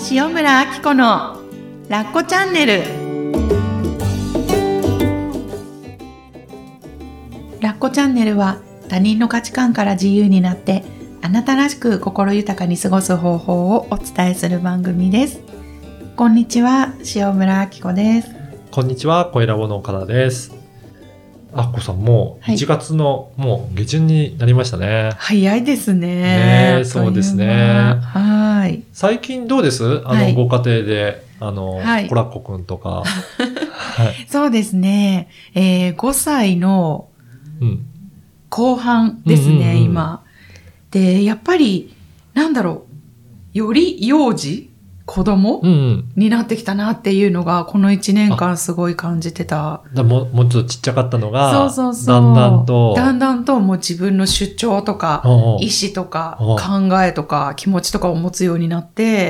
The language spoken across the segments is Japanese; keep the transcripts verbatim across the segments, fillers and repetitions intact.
塩村あき子のラッコチャンネル。ラッコチャンネルは他人の価値観から自由になってあなたらしく心豊かに過ごす方法をお伝えする番組です。こんにちは、塩村あき子です。 こんにちは、声ラボの岡田です。あっこさん、もういちがつの、はい、もう下旬になりましたね。 早いですね。 ね、そうですね。 はい。 最近どうです？あの、はい、ご家庭で、あの、はい、コラッコくんとか。はい、 そうですね。えー、ごさいの後半ですね、うんうんうんうん、今。で、やっぱり、なんだろう、より幼児子供、うんうん、になってきたなっていうのが、このいちねんかんすごい感じてた。 だもう、もうちょっとちっちゃかったのが、 そうそうそう。 だんだんと、 だんだんともう自分の主張とか、意思とか、考えとか、気持ちとかを持つようになって、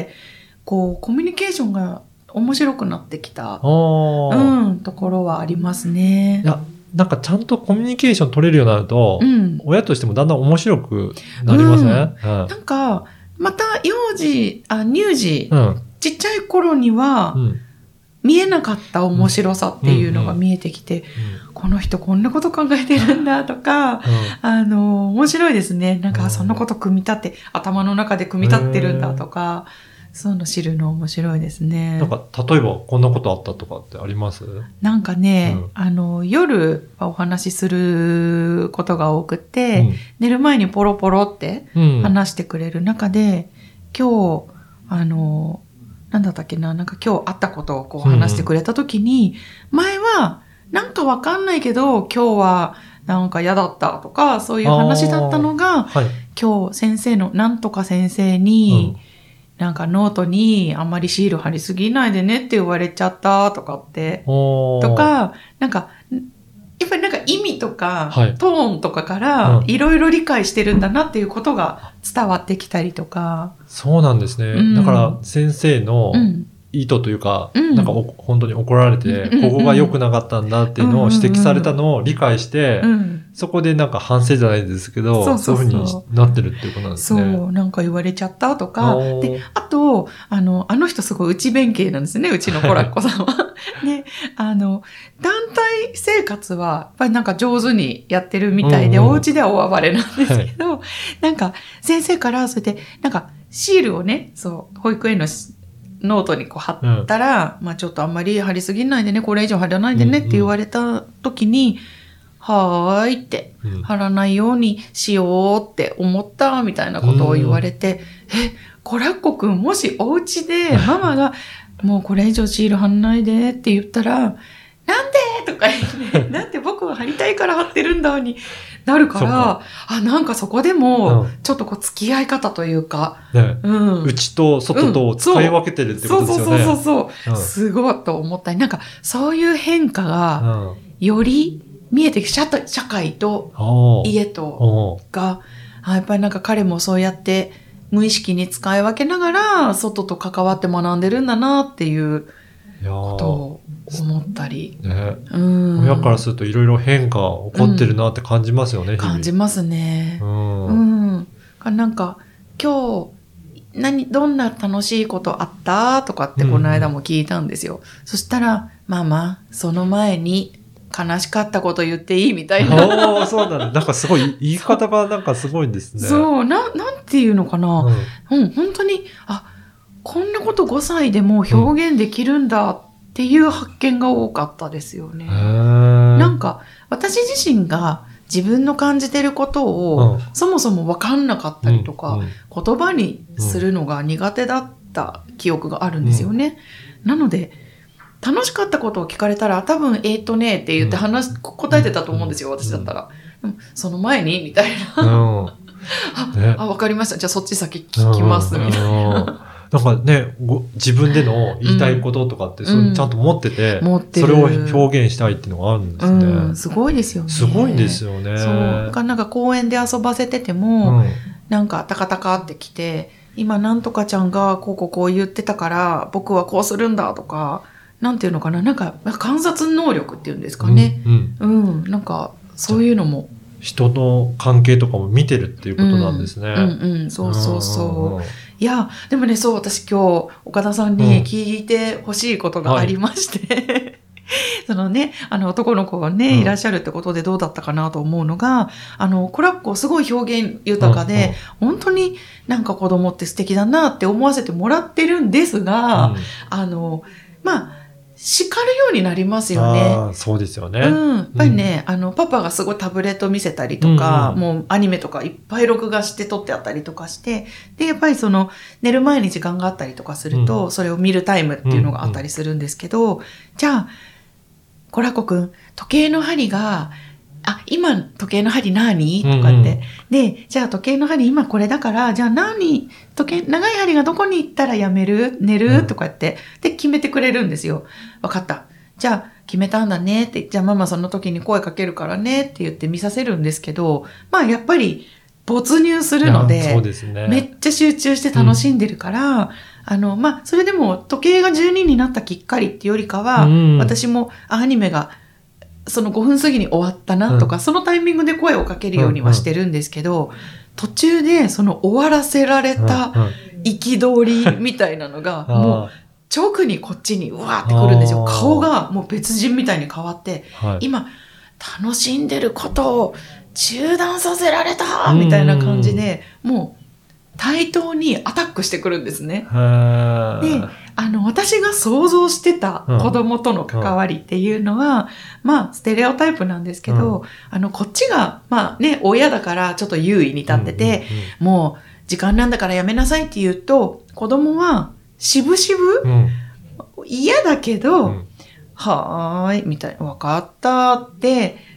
こう、コミュニケーションが面白くなってきた、うん、ところはありますね。 いや、なんかちゃんとコミュニケーション取れるようになると、うん、親としてもだんだん面白くなりません？うんうん、 なんか、また幼児、あ、乳児、うん、ちっちゃい頃には、うん、見えなかった面白さっていうのが見えてきて、うんうん、この人こんなこと考えてるんだとか、うん、あの、面白いですね。なんかそんなこと組み立って、頭の中で組み立ってるんだとか、そういうの知るの面白いですね。 なんか、例えばこんなことあったとかってあります？ なんかね、うん、あの、夜お話しすることが多くて、うん、寝る前にポロポロって話してくれる中で、うん、今日、あの、なんだったっけな、なんか今日あったことをこう話してくれたときに、うん、前はなんかわかんないけど、今日はなんか嫌だったとか、そういう話だったのが、はい、今日先生の、なんとか先生に、うんなんかノートにあんまりシール貼りすぎないでねって言われちゃったとかって、とか、なんか、やっぱりなんか意味とか、はい、トーンとかからいろいろ理解してるんだなっていうことが伝わってきたりとか。 そうなんですね。うん、だから先生の意図というか、うん、なんか本当に怒られて、うん、ここが良くなかったんだっていうのを指摘されたのを理解して、うん、そこでなんか反省じゃないですけど、そうそうそう、そういう風になってるっていうことなんですね。 そう、なんか言われちゃったとか。で、あと、あの、あの人すごい内弁慶なんですね、うちのコラッコさんは。で、あの、団体生活は、やっぱりなんか上手にやってるみたいで、うんうん、お家では大暴れなんですけど、はい、なんか先生からそうやって、なんかシールをね、そう、保育園のノートにこう貼ったら、うん、まあちょっとあんまり貼りすぎないでね、これ以上貼らないでねって言われた時に、うんうんはーいって、貼らないようにしようって思ったみたいなことを言われて、うん、え、コラッコくんもしお家でママがもうこれ以上シール貼んないでって言ったら、なんでとか言って、だって僕は貼りたいから貼ってるんだになるから、かあ、なんかそこでもちょっとこう付き合い方というか、 ねうん、内と外と使い分けてるってことですよね。 うん、そうそうそうそう、うん、すごいと思ったり、なんかそういう変化がより見えてき社会と家とが、やっぱりなんか彼もそうやって無意識に使い分けながら外と関わって学んでるんだなっていうことを思ったり。 ねうん、親からするといろいろ変化起こってるなって感じますよね。うん、 感じますね。うん。うん、なんか今日何、どんな楽しいことあったとかってこの間も聞いたんですよ。うん、そしたら、ママ、その前に、悲しかったこと言っていいみたいな。 ああ、そうなんだ。なんかすごい、言い方がなんかすごいんですね。 そう、な、なんていうのかな。うん、うん、本当に、あ、こんなことごさいでも表現できるんだっていう発見が多かったですよね。うん、なんか、私自身が自分の感じてることを、うん、そもそも分かんなかったりとか、うんうん、言葉にするのが苦手だった記憶があるんですよね。うん、なので、楽しかったことを聞かれたら、多分、えーとねって言って話、うん、答えてたと思うんですよ、私だったら。うん、その前にみたいな。うんあ、ね、あ、わかりました。じゃあそっち先聞きます、みたいな。 なんかねご、自分での言いたいこととかって、うん、それちゃんと持ってて、うん、それを表現したいっていうのがあるんですね。うん、 すごいですよね。 すごいんですよね。 そう。なんか公園で遊ばせてても、うん、なんかタカタカって来て、今なんとかちゃんがこうこうこう言ってたから、僕はこうするんだとか、なんていうのかな、なんか観察能力っていうんですかね。うん、うんうん、なんかそういうのも人の関係とかも見てるっていうことなんですね。 うん、うん、うん、そうそうそう。うんうんうん、いや、でもね、そう、私今日、岡田さんに聞いてほしいことがありまして、うんはい、そのね、あの男の子がね、うん、いらっしゃるってことでどうだったかなと思うのが、あの、コラッコすごい表現豊かで、うんうん、本当になんか子供って素敵だなって思わせてもらってるんですが、うん、あの、まあ、叱るようになりますよね。 あ、そうですよね。 うん。やっぱりね、うん、あの、パパがすごいタブレット見せたりとか、うんうん、もうアニメとかいっぱい録画して撮ってあったりとかして、で、やっぱりその、寝る前に時間があったりとかすると、うん、それを見るタイムっていうのがあったりするんですけど、うんうん、じゃあ、コラコくん、時計の針が、あ、今時計の針何とかって、うんうん。で、じゃあ時計の針今これだから、じゃあ何時計、長い針がどこに行ったらやめる寝る、うん、とかって、で、決めてくれるんですよ。わかった。じゃあ、決めたんだねって、じゃあママその時に声かけるからねって言って見させるんですけど、まあやっぱり没入するので、 そうですね、 めっちゃ集中して楽しんでるから、うん、あの、まあそれでも時計がじゅうにになったきっかりっていうよりかは、うん、私もアニメがそのごふん過ぎに終わったなとか、うん、そのタイミングで声をかけるようにはしてるんですけど、うんうん、途中でその終わらせられた憤りみたいなのが、もう直にこっちにうわーってくるんですよ。顔がもう別人みたいに変わって、はい、今楽しんでることを中断させられたみたいな感じで、もう対等にアタックしてくるんですね。で、あの、私が想像してた子供との関わりっていうのは、うん、まあ、ステレオタイプなんですけど、うん、あの、こっちが、まあね、親だからちょっと優位に立ってて、うんうんうん、もう、時間なんだからやめなさいって言うと、子供は、しぶしぶ、うん、嫌だけど、うん、はーい、みたいな、わかったって、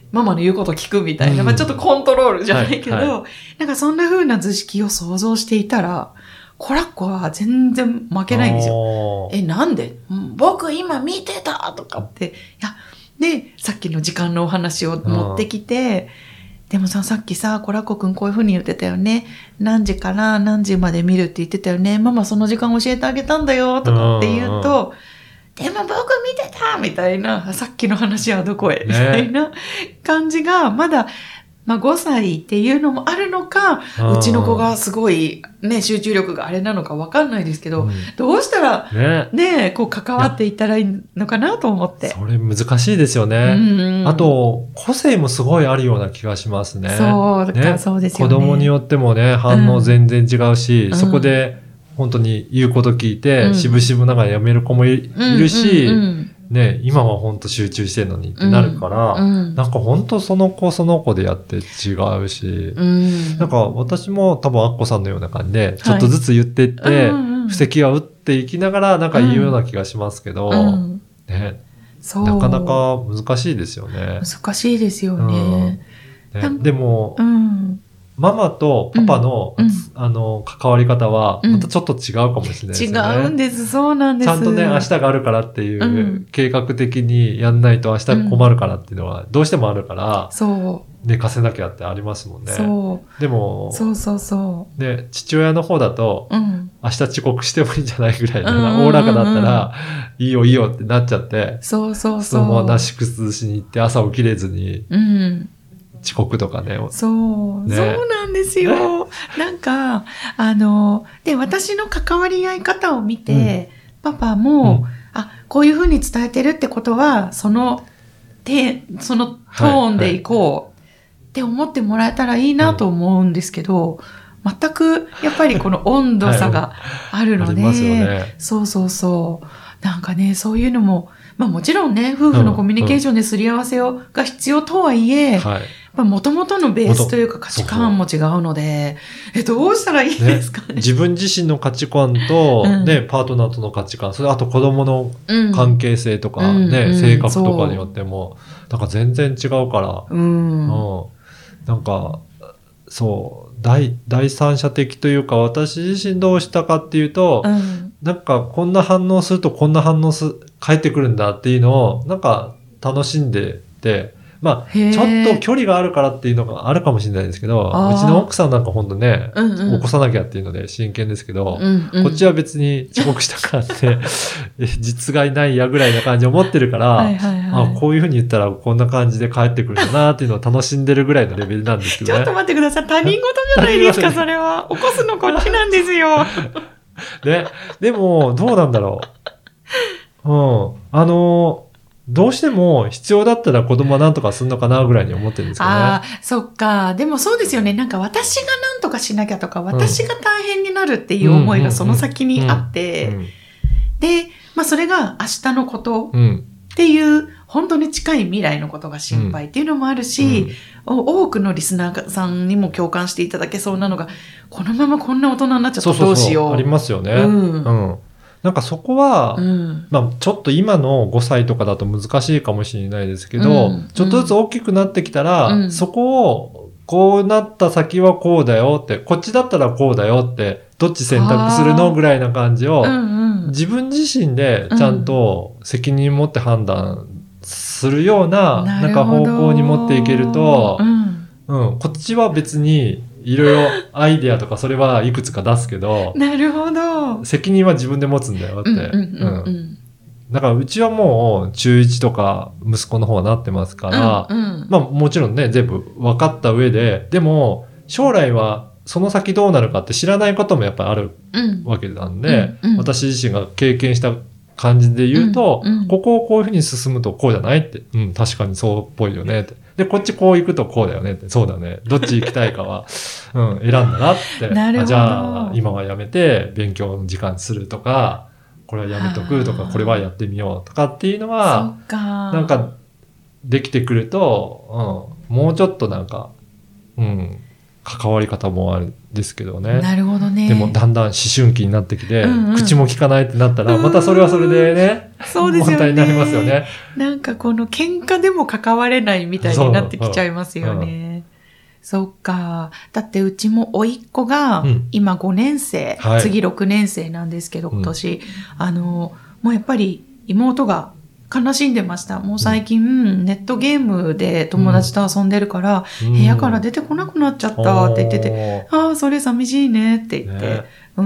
ママの言うこと聞くみたいな、うん、まあちょっとコントロールじゃないけど、はいはい、なんかそんな風な図式を想像していたら、コラッコは全然負けないんですよ。え、なんで、うん、僕今見てたとかって、いや、で、さっきの時間のお話を持ってきて、でもさ、さっきさ、コラッコくんこういう風に言ってたよね。何時から何時まで見るって言ってたよね。ママその時間教えてあげたんだよとかって言うと、でも僕見てたみたいな、さっきの話はどこへ、ね、みたいな感じが、まだ、まあごさいっていうのもあるのか、うちの子がすごいね、集中力があれなのかわかんないですけど、うん、どうしたらね、ね、こう関わっていったらいいのかなと思って。 それ難しいですよね。うんうん、あと、個性もすごいあるような気がしますね。 そうか、ね、そうですよね。 子供によってもね、反応全然違うし、うん、そこで、本当に言うこと聞いて、うん、しぶしぶながらやめる子も い,、うん、いるし、うんうん、ね、今は本当集中してるのにってなるから、うんうん、なんか本当その子その子でやって違うし、うん、なんか私も多分アッコさんのような感じで、ちょっとずつ言っていって、はい、布石は打っていきながらなんか言うような気がしますけど、うん、ね、そうなかなか難しいですよね。 難しいですよね。 うんね、でも、うんママとパパの、うんうん、あの、関わり方は、またちょっと違うかもしれないですね、 うん。違うんです、そうなんです。 ちゃんとね、明日があるからっていう、うん、計画的にやんないと明日困るからっていうのは、どうしてもあるから、うん、そう。寝かせなきゃってありますもんね。そう。でも、 そうそうそう。 ね、父親の方だと、うん、明日遅刻してもいいんじゃないぐらいな、おおらかだったら、いいよいいよってなっちゃって、 そうそうそう。 そのままなし崩しに行って朝起きれずに、うん遅刻とかね。 そう、ね、そうなんですよ。なんか、あの、で、私の関わり合い方を見て、うん、パパも、うん、あ、こういうふうに伝えてるってことは、その、て、そのトーンでいこうって思ってもらえたらいいなと思うんですけど、はい、全く、やっぱりこの温度差があるので、はいね、そうそうそう。なんかね、そういうのも、まあもちろんね、夫婦のコミュニケーションですり合わせを、が必要とはいえ、はいもともとのベースというか価値観も違うので、え、どうしたらいいですかね。ね自分自身の価値観と、うん、ね、パートナーとの価値観、それあと子供の関係性とか、うん、ね、うん、性格とかによっても、なんか全然違うから、うん、うん、なんか、そう、第、第三者的というか、私自身どうしたかっていうと、うん、なんかこんな反応するとこんな反応す、返ってくるんだっていうのを、なんか楽しんでて、 まあ、ちょっと距離があるからっていうのがあるかもしれないですけど、うちの奥さんなんかほんとね、うんうん、起こさなきゃっていうので真剣ですけど、うんうん、こっちは別に遅刻したからって実害ないやぐらいな感じで思ってるから、はいはいはい、あ、こういうふうに言ったらこんな感じで帰ってくるんだなっていうのを楽しんでるぐらいのレベルなんですけどね。 ちょっと待ってください。他人事じゃないですか、それは。起こすのこっちなんですよ。 ね。でも、どうなんだろう。うん。あの、どうしても必要だったら子供は何とかするのかなぐらいに思ってるんですけどね。ああ、 そっか。でもそうですよね。なんか私が何とかしなきゃとか、私が大変になるっていう思いがその先にあって、で、まあそれが明日のことっていう、本当に近い未来のことが心配っていうのもあるし、うんうん、多くのリスナーさんにも共感していただけそうなのが、このままこんな大人になっちゃったらどうしよう。そうそうそうありますよね。うん。うんなんかそこは、うん、まあちょっと今のごさいとかだと難しいかもしれないですけど、うん、ちょっとずつ大きくなってきたら、うん、そこをこうなった先はこうだよって、こっちだったらこうだよって、どっち選択するのぐらいな感じを、うんうん、自分自身でちゃんと責任持って判断するような、なんか方向に持っていけると、うんうん、こっちは別に、いろいろアイデアとかそれはいくつか出すけど、 なるほど。 責任は自分で持つんだよって。だからうちはもう中いちとか息子の方はなってますから、うんうん、まあもちろんね、全部分かった上で、でも将来はその先どうなるかって知らないこともやっぱりあるわけなんで、うんうんうん、私自身が経験した感じで言うと、うんうん、ここをこういうふうに進むとこうじゃないって、うん、確かにそうっぽいよねって。で、こっちこう行くとこうだよねって、そうだね。どっち行きたいかは、うん、選んだなって。 なるほど。 じゃあ、今はやめて勉強の時間にするとか、これはやめとくとか、これはやってみようとかっていうのは、 そっかなんか、できてくると、うん、もうちょっとなんか、うん、関わり方もあるんですけどね。 なるほどね。 でもだんだん思春期になってきて、うんうん、口も聞かないってなったら、またそれはそれでね、 そうですよね。 問題になりますよね。 なんかこの喧嘩でも関われないみたいになってきちゃいますよね。そっか。だってうちも甥っ子が今ごねん生、うん、次ろくねん生なんですけど、今年、うん、あの、もうやっぱり妹が悲しんでました。もう最近、うん、ネットゲームで友達と遊んでるから、うん、部屋から出てこなくなっちゃったって言ってて、うん、ああ、それ寂しいねって言って、ねうん。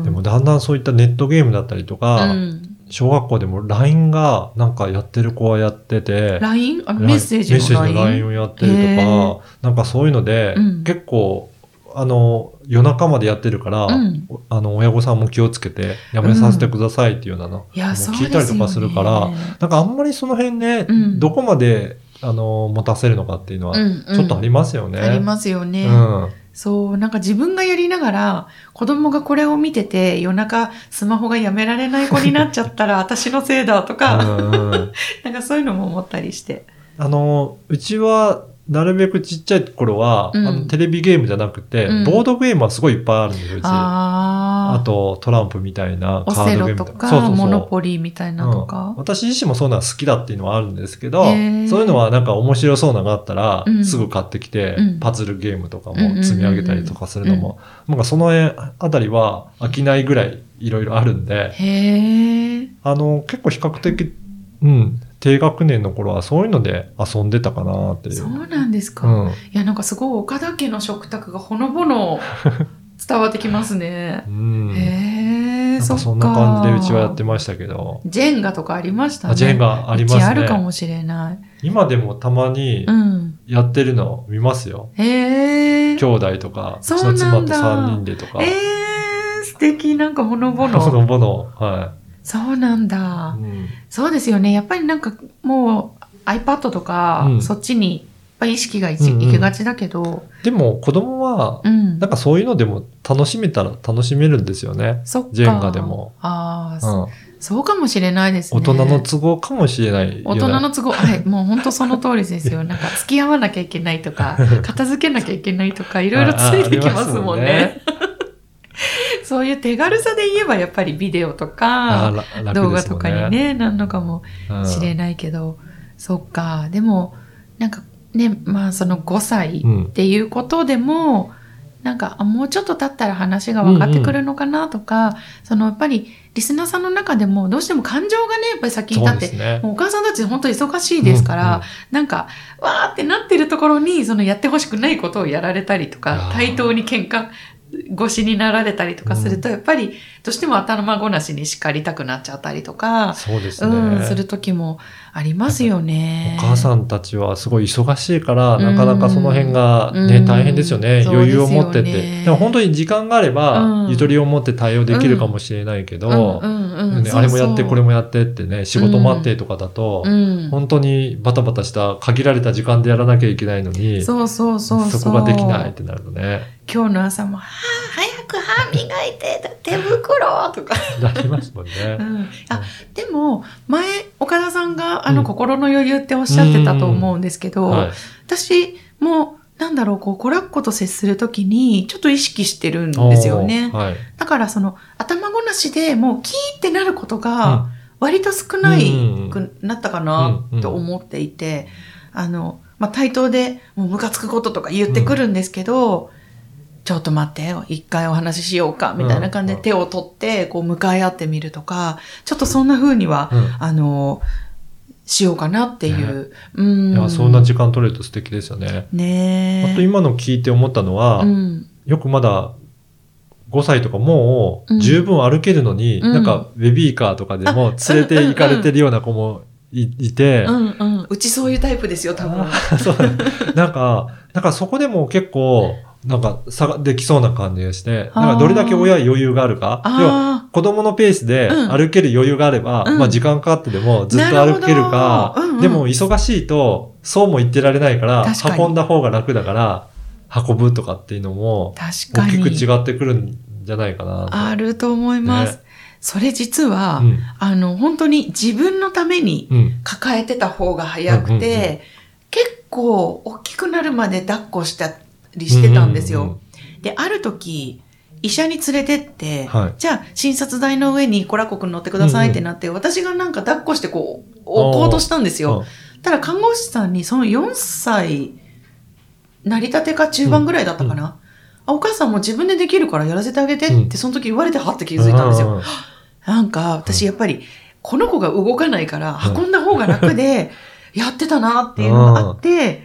でもだんだんそういったネットゲームだったりとか、うん、小学校でも ライン がなんかやってる子はやってて、 ライン? あのメッセージの ライン? メッセージの ライン をやってるとか、なんかそういうので、うん、結構、あの、夜中までやってるから、うん、あの、親御さんも気をつけて、やめさせてくださいっていうようなの、うん、聞いたりとかするから、なんかあんまりその辺ね、うん、どこまで、あの、持たせるのかっていうのは、ちょっとありますよね。 うんうん、ありますよね。うんそう、なんか自分がやりながら、子供がこれを見てて、夜中スマホがやめられない子になっちゃったら、私のせいだとか、うんうん、なんかそういうのも思ったりして。 あの、うちは、なるべくちっちゃい頃は、うん、あのテレビゲームじゃなくて、うん、ボードゲームはすごいいっぱいあるんですよ、うち。あ, あと、トランプみたいな、カードゲームみたいな。オセロとか、 そうそうそうモノポリーみたいなとか、 うん。私自身もそういうのは好きだっていうのはあるんですけど、そういうのはなんか面白そうなのがあったら、うん、すぐ買ってきて、うん、パズルゲームとかも積み上げたりとかするのも、なんかその辺あたりは飽きないぐらいいろいろあるんで、 へーあの、結構比較的、うん。低学年の頃はそういうので遊んでたかなっていう。 そうなんですか。うん、いや、なんかすごい岡田家の食卓がほのぼの伝わってきますね。うん、へー、そっか。 そんな感じでうちはやってましたけど。 ジェンガとかありましたね。 ジェンガありますね。 うちあるかもしれない。 今でもたまにやってるの見ますよ。 うん、へー。 兄弟とか、うちの妻とさんにんでとか。 えー、素敵。なんかほのぼの。 ほのぼの。はい。 そうなんだ、うん。そうですよね。やっぱりなんかもう iPad とか、うん、そっちにやっぱり意識がいきがちだけど、うんうん。 でも子供は、なんかそういうのでも楽しめたら楽しめるんですよね。 そっか。 ジェンガでも。 ああ、うん、そうかもしれないですね。 大人の都合かもしれない。 大人の都合、はい。もう本当その通りですよ。なんか付き合わなきゃいけないとか、片付けなきゃいけないとか、いろいろついてきますもんね。そういう手軽さで言えばやっぱりビデオとか、ね、動画とかにね、なんのかもしれないけど、そっか。でも、なんかね、まあそのごさいっていうことでも、 なんか、あもうちょっと経ったら話が分かってくるのかなとか、うんうん、そのやっぱりリスナーさんの中でもどうしても感情がね、やっぱり先に立って、ね、もうお母さんたち本当に忙しいですから、うんうん、なんか、わーってなってるところに、そのやってほしくないことをやられたりとか、対等に喧嘩越しになられたりとかすると、やっぱりどうしても頭ごなしに叱りたくなっちゃったりとか、 そうですね。 うん、する時もありますよね。 お母さんたちはすごい忙しいから、なかなかその辺がね、うん、大変ですよね。余裕を持ってて。でも本当に時間があれば、うん、ゆとりを持って対応できるかもしれないけど、あれもやってこれもやってってね、仕事待ってとかだと、うん、本当にバタバタした限られた時間でやらなきゃいけないのに、 そうそうそうそう。 そこができないってなるとね。 今日の朝も、はぁ、早く歯磨いて、手袋とか。 なりますもんね。 うん、あ、でも、前、岡田さんが、あの、うん、心の余裕っておっしゃってたと思うんですけど、はい、私も、なんだろう、こう、コラッコと接するときに、ちょっと意識してるんですよね。はい、だから、その、頭ごなしでもう、キーってなることが、割と少ないくなったかな、と思っていて、あの、まあ、対等で、もうムカつくこととか言ってくるんですけど、うんちょっと待ってよ、一回お話ししようか、みたいな感じで手を取って、こう、向かい合ってみるとか、ちょっとそんな風には、うん、あの、しようかなっていう。 ね、うん。いや、そんな時間取れると素敵ですよね。 ねあと今の聞いて思ったのは、うん、よくまだごさいとかもう十分歩けるのに、うん、なんかベビーカーとかでも連れて行かれてるような子もい、いて、 うんうん。うちそういうタイプですよ、多分。 そう。なんか、なんかそこでも結構、なんか差ができそうな感じがして、なんかどれだけ親余裕があるか、要は子供のペースで歩ける余裕があれば、うん、まあ時間かかってでもずっと歩けるか、うんうん、でも忙しいとそうも言ってられないから、運んだ方が楽だから運ぶとかっていうのも大きく違ってくるんじゃないかな。 あると思います。ね、それ実は、うん、あの本当に自分のために抱えてた方が早くて、うんうんうんうん、結構大きくなるまで抱っこしたりしてたんですよ。うんうんうん、で、ある時、医者に連れてって、はい、じゃあ診察台の上にコラコくん乗ってくださいってなって、うんうん、私がなんか抱っこしてこう、置こうとしたんですよ。ただ看護師さんにそのよんさい、成り立てか中盤ぐらいだったかな。うんうん、あ、お母さんも自分でできるからやらせてあげてってその時言われてはって気づいたんですよ。うん、なんか私やっぱりこの子が動かないから運んだ方が楽でやってたなっていうのがあって、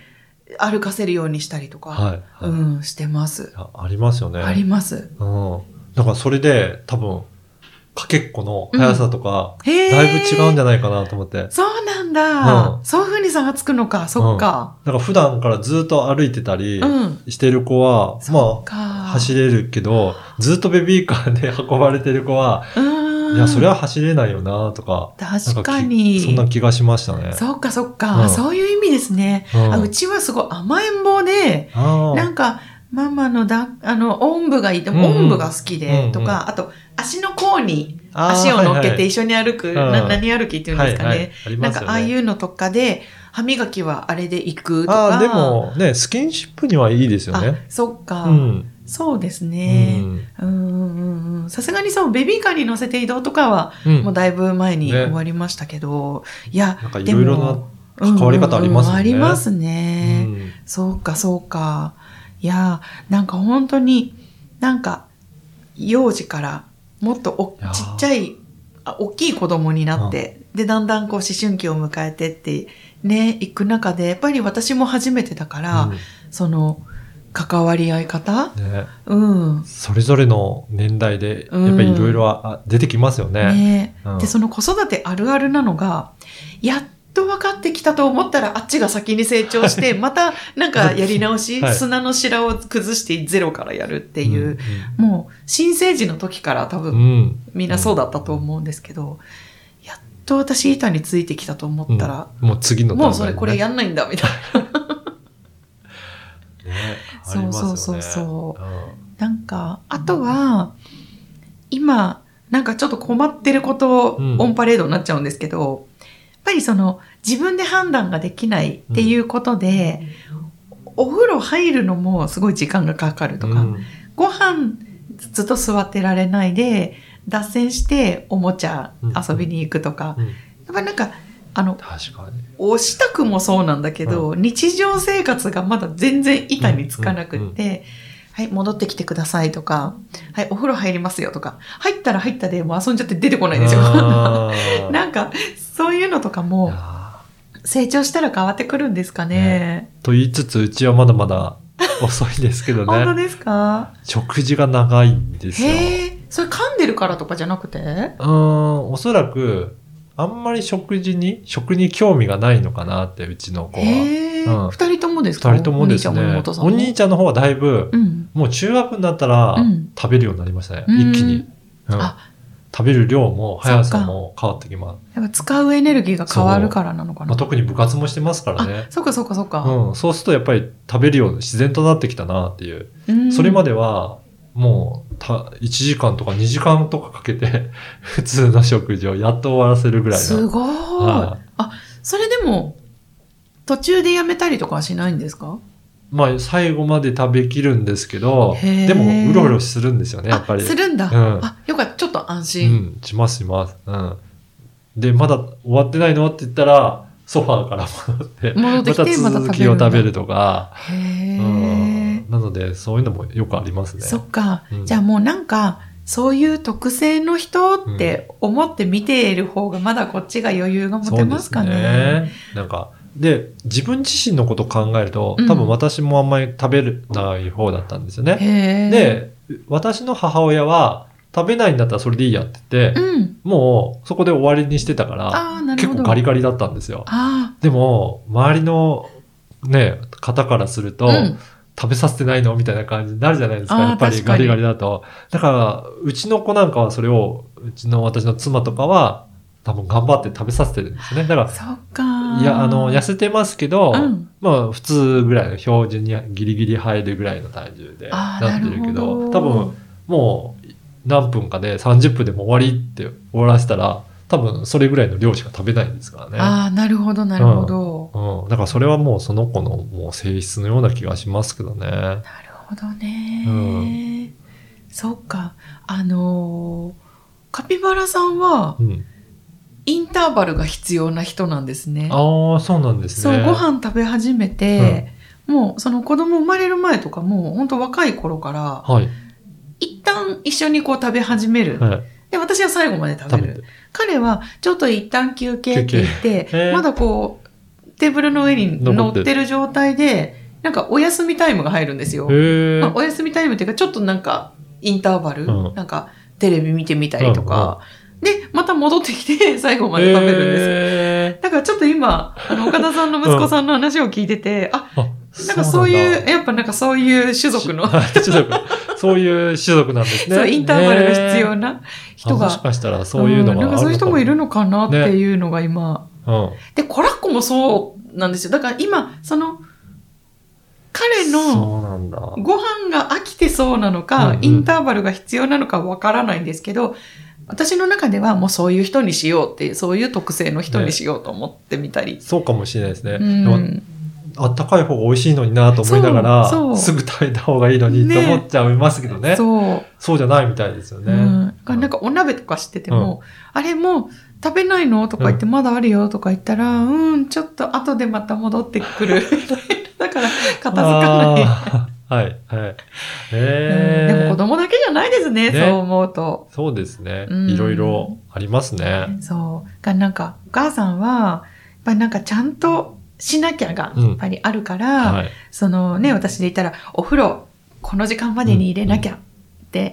歩かせるようにしたりとか、はいはい、うん、してます。 あ、ありますよね。 あります。 うん。だからそれで多分、かけっこの速さとか、うん、だいぶ違うんじゃないかなと思って。 そうなんだ、うん。そういう風に差がつくのか、そっか。 うん、だから普段からずっと歩いてたりしてる子は、うん、まあ、走れるけど、ずっとベビーカーで運ばれてる子は、うんいや、それは走れないよなとか。 確かに。 そんな気がしましたね。 そっかそっか、うん。そういう意味ですね。うん、あうちはすごい甘えん坊で、なんか、ママのだ、あの、おんぶがいて、うんうん、おんぶが好きで、とか、うんうん、あと、足の甲に足を乗っけて一緒に歩く、はいはい、な何歩きっていうんですかね。はいはいありますよね。なんか、ああいうのとかで、歯磨きはあれで行くとか。 あでもね、スキンシップにはいいですよね。 あそっか。うんそうですね。さすがにそう、ベビーカーに乗せて移動とかは、うん、もうだいぶ前に終わりましたけど、ね、いや、 なんかいろいろな関わり方ありますね。うんうんうん、 ありますね、うん。そうか、そうか。いや、なんか本当に、なんか、幼児からもっとおちっちゃい、あ大きい子供になって、うん、で、だんだんこう思春期を迎えてってね、行く中で、やっぱり私も初めてだから、うん、その、関わり合い方、ねうん、 それぞれの年代でやっぱりいろいろ出てきますよね。うんねうん、でその子育てあるあるなのがやっと分かってきたと思ったらあっちが先に成長してまたなんかやり直し、はい、砂の白を崩してゼロからやるっていう、うんうん、もう新生児の時から多分、うん、みんなそうだったと思うんですけど、やっと私板についてきたと思ったら、 うん、もう次の段階、ね、 もうそれこれやんないんだみたいな。 ね、 そうそうそうそう、うん、なんかあとは今なんかちょっと困ってることオンパレードになっちゃうんですけど、うん、やっぱりその自分で判断ができないっていうことで、うん、お風呂入るのもすごい時間がかかるとか、うん、ご飯ずっと座ってられないで脱線しておもちゃ遊びに行くとか、うんうん、やっぱりなんかあの、 確かに。 お支度もそうなんだけど、うん、日常生活がまだ全然板につかなくって、うんうんうん、 はい、戻ってきてくださいとか、はい、お風呂入りますよとか、入ったら入ったでもう遊んじゃって出てこないんですよ。なんか、そういうのとかも、成長したら変わってくるんですかね。ねと言いつつ、うちはまだまだ遅いですけどね。 本当ですか？ 食事が長いんですよ。 へえ、それ噛んでるからとかじゃなくて？うーん、おそらく、あんまり食事に、食に興味がないのかなって、うちの子は。 へー、うん、二人ともですか？ 二人ともですね。お兄ちゃんもお兄ちゃんの方はだいぶ、うん、もう中学になったら、食べるようになりましたね。うん、一気に、うん。あ、食べる量も速さも変わってきます。 やっぱ使うエネルギーが変わるからなのかな。 まあ、特に部活もしてますからね。 あ、そっかそっかそっか。 うん。そうするとやっぱり食べるように自然となってきたなっていう。うん、それまでは、もうた、いちじかんとかにじかんとかかけて、普通の食事をやっと終わらせるぐらいの。 すごい。あ、あ、それでも、途中でやめたりとかはしないんですか？ まあ、最後まで食べきるんですけど、でも、うろうろするんですよね、やっぱり。 するんだ。うん、あ、よかった。ちょっと安心。 うん、しますします。うん。で、まだ終わってないのって言ったら、ソファーから戻って、 戻ってきてまた続きを食べるとか。 へー、 うん。なので、そういうのもよくありますね。 そっか。うん、じゃあもうなんか、そういう特性の人って思って見ている方がまだこっちが余裕が持てますかね。そうですね。 なんか、で、自分自身のことを考えると、多分私もあんまり食べない方だったんですよね。 うん、 で、私の母親は、食べないんだったらそれでいいやって言って、うん、もうそこで終わりにしてたから、結構ガリガリだったんですよ。でも、周りのね、方からすると、うん、食べさせてないのみたいな感じになるじゃないですか。やっぱりガリガリだと。だから、うちの子なんかはそれを、うちの私の妻とかは、多分頑張って食べさせてるんですね。だから、 そっか。 いや、あの、痩せてますけど、うん、まあ、普通ぐらいの標準にギリギリ入るぐらいの体重でなってるけど、多分、もう、何分かでさんじゅっぷんでも終わりって終わらせたら、多分それぐらいの量しか食べないんですからね。 ああ、なるほど、なるほど、 うん。うん。だからそれはもうその子のもう性質のような気がしますけどね。なるほどね。うん。そっか。あのー、カピバラさんは、うん、インターバルが必要な人なんですね。 ああ、そうなんですね。 そう、ご飯食べ始めて、うん、もうその子供生まれる前とかも、本当若い頃から、はい、一旦一緒にこう食べ始める。はい、で、私は最後まで食べる。彼はちょっと一旦休憩って言って、まだこう、テーブルの上に乗ってる状態で、なんかお休みタイムが入るんですよ。まあ、お休みタイムっていうか、ちょっとなんかインターバル、うん、なんかテレビ見てみたりとか、うんうん、で、また戻ってきて最後まで食べるんです。だからちょっと今、あの、岡田さんの息子さんの話を聞いてて、うん、あ、なんかそういう、やっぱなんかそういう種族の。 種族。そういう種族なんですね。 そう、インターバルが必要な人が。 もしかしたらそういうのがあるのかも、うん、なんかそういう人もいるのかなっていうのが今。ね、うん、で、コラッコもそうなんですよ。だから今、その、彼のご飯が飽きてそうなのか、うんうん、インターバルが必要なのかわからないんですけど、私の中ではもうそういう人にしようっていう、そういう特性の人にしようと思ってみたり。 ね、そうかもしれないですね。うんあったかい方が美味しいのになと思いながら、すぐ食べた方がいいのにって思っちゃいますけどね。そう。そうじゃないみたいですよね。うん、 なんかお鍋とかしてても、うん、あれもう食べないのとか言って、まだあるよとか言ったら、うん、うん、ちょっと後でまた戻ってくる。だから片付かない。 はい、はい。えーうん、でも子供だけじゃないですね、ねそう思うと。 そうですね。いろいろありますね。 そう。がなんか、お母さんは、やっぱりなんかちゃんと、しなきゃがやっぱりあるから、うんはい、そのね、私で言ったら、お風呂、この時間までに入れなきゃって、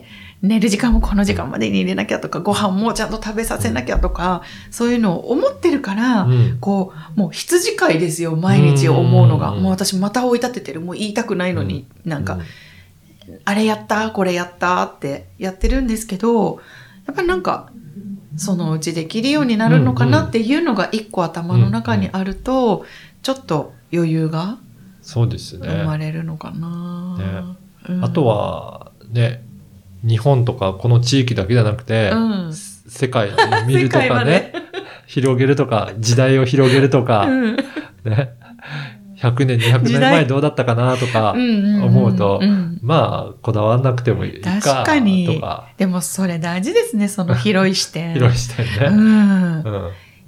うん、寝る時間もこの時間までに入れなきゃとか、ご飯もちゃんと食べさせなきゃとか、うん、そういうのを思ってるから、うん、こう、もう羊飼いですよ、毎日思うのが。うん、もう私また追い立ててる、もう言いたくないのに、うん、なんか、うん、あれやった、これやったってやってるんですけど、やっぱりなんか、そのうちできるようになるのかなっていうのが一個頭の中にあると、ちょっと余裕がそうですね生まれるのかな、 ねうん、あとはね日本とかこの地域だけじゃなくて、うん、世界に見るとかね広げるとか時代を広げるとか、うん、ねひゃくねんにひゃくねんまえどうだったかなとか思うと、うんうんうん、まあこだわんなくてもいいかとか。確かに。 でもそれ大事ですね、その広い視点。 広い視点ね。 うんうん、い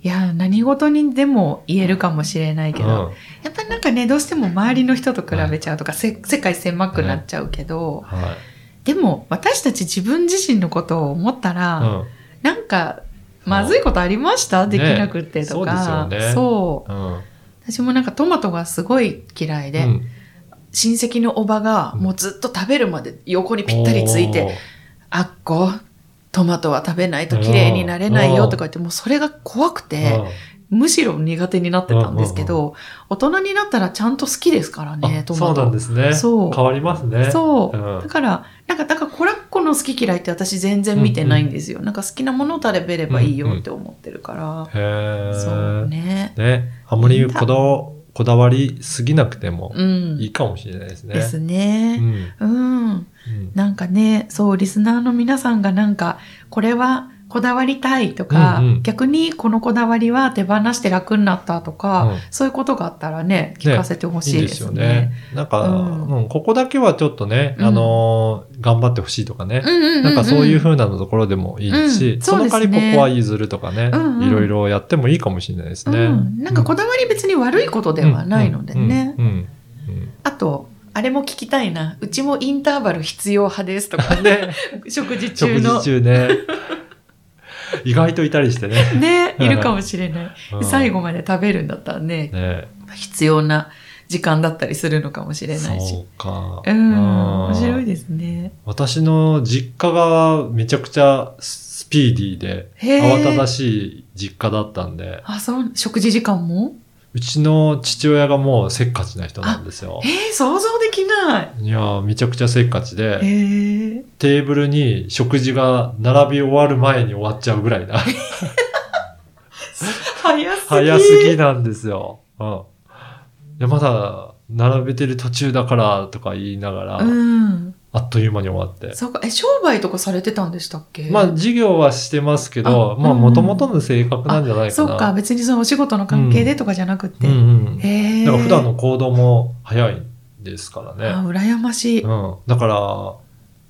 いや、何事にでも言えるかもしれないけど、うん、やっぱりなんかね、どうしても周りの人と比べちゃうとか、はい、せ世界狭くなっちゃうけど、はいはい、でも私たち自分自身のことを思ったら、うん、なんかまずいことありました、うん、できなくってとか、ね、そうですよね。そう、うん、私もなんかトマトがすごい嫌いで、うん、親戚のおばがもうずっと食べるまで横にぴったりついて、うん、あっこトマトは食べないと綺麗になれないよとか言って、もうそれが怖くて、むしろ苦手になってたんですけど、大人になったらちゃんと好きですからね、トマト。 そうなんですね。そう。変わりますね。 そう。うん、だから、なんか、だからコラッコの好き嫌いって私全然見てないんですよ。うんうん、なんか好きなものを食べればいいよって思ってるから。うんうん、へー。そうね。ね。あんまりこだわ、こだわりすぎなくてもいいかもしれないですね。 うん、ですね。うん。うん。なんかね、そう、リスナーの皆さんがなんか、これはこだわりたいとか、うんうん、逆にこのこだわりは手放して楽になったとか、うん、そういうことがあったらね、聞かせてほしいですね。ね、いいですよね。 なんか、うんうん、ここだけはちょっとね、あのーうん、頑張ってほしいとかね、うんうんうんうん、なんかそういう風なところでもいいですし、うん、そ, すね、その代わりここは譲るとかね、うんうん、いろいろやってもいいかもしれないですね。うん、 なんかこだわり別に悪いことではないのでね。あと、あれも聞きたいな。うちもインターバル必要派ですとかね。食事中の。 食事中ね。意外といたりしてね。 ね、いるかもしれない。うん、最後まで食べるんだったらね、ね、必要な時間だったりするのかもしれないし。 そうか。 うん、面白いですね。 私の実家がめちゃくちゃスピーディーで、慌ただしい実家だったんで。 あ、そう、食事時間も？ うちの父親がもうせっかちな人なんですよ。 えー、想像できない。 いや、めちゃくちゃせっかちで、えー、テーブルに食事が並び終わる前に終わっちゃうぐらいな。 早すぎ。 早すぎなんですよ。うん。いや、まだ並べてる途中だからとか言いながら、うん、あっという間に終わって。 そうか、え、商売とかされてたんでしたっけ？ まあ、事業はしてますけど、まあ、もともとの性格なんじゃないかな。 そうか、別にそのお仕事の関係でとかじゃなくて。うんうんうん、へー。だから普段の行動も早いですからね。 あ、羨ましい。 うん。だから、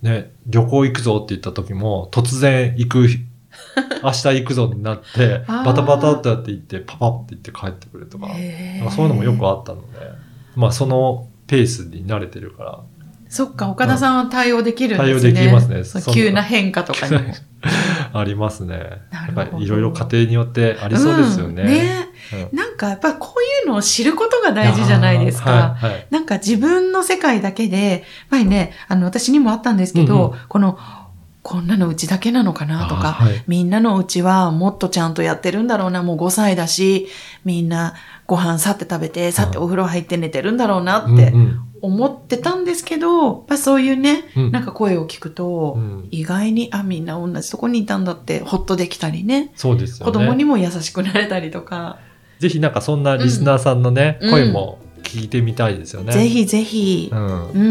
ね、旅行行くぞって言った時も、突然行く、明日行くぞになって、バタバタってやって行って、パパって行って帰ってくるとか、なんかそういうのもよくあったので、まあ、そのペースに慣れてるから、 そっか、岡田さんは対応できるんですね。 対応できますね。そ急な変化とかにも。 ありますね。なるほど。いろいろ家庭によってありそうですよね。うん、 ね、うん、なんかやっぱりこういうのを知ることが大事じゃないですか。はいはい、なんか自分の世界だけで、やっぱりね、あの、私にもあったんですけど、うんうん、この、こんなのうちだけなのかなとか、はい、みんなのうちはもっとちゃんとやってるんだろうな、もうごさいだし、みんなご飯さって食べて、さってお風呂入って寝てるんだろうなって思ってたんですけど、やっぱそういうね、うん、なんか声を聞くと、うん、意外に、あ、みんな同じとこにいたんだってほっとできたりね。 そうですよね。 子供にも優しくなれたりとか。 ぜひなんかそんなリスナーさんのね、うん、声も聞いてみたいですよね。 ぜひぜひ、うん、うん、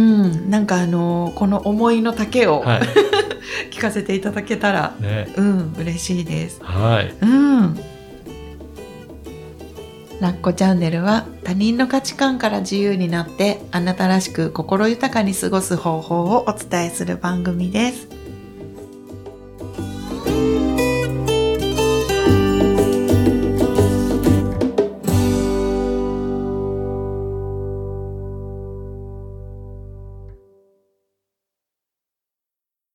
なんかあの、この思いの丈を、はい、聞かせていただけたら、ね、うん、嬉しいです。 はい。 うん。ラッコチャンネルは他人の価値観から自由になってあなたらしく心豊かに過ごす方法をお伝えする番組です。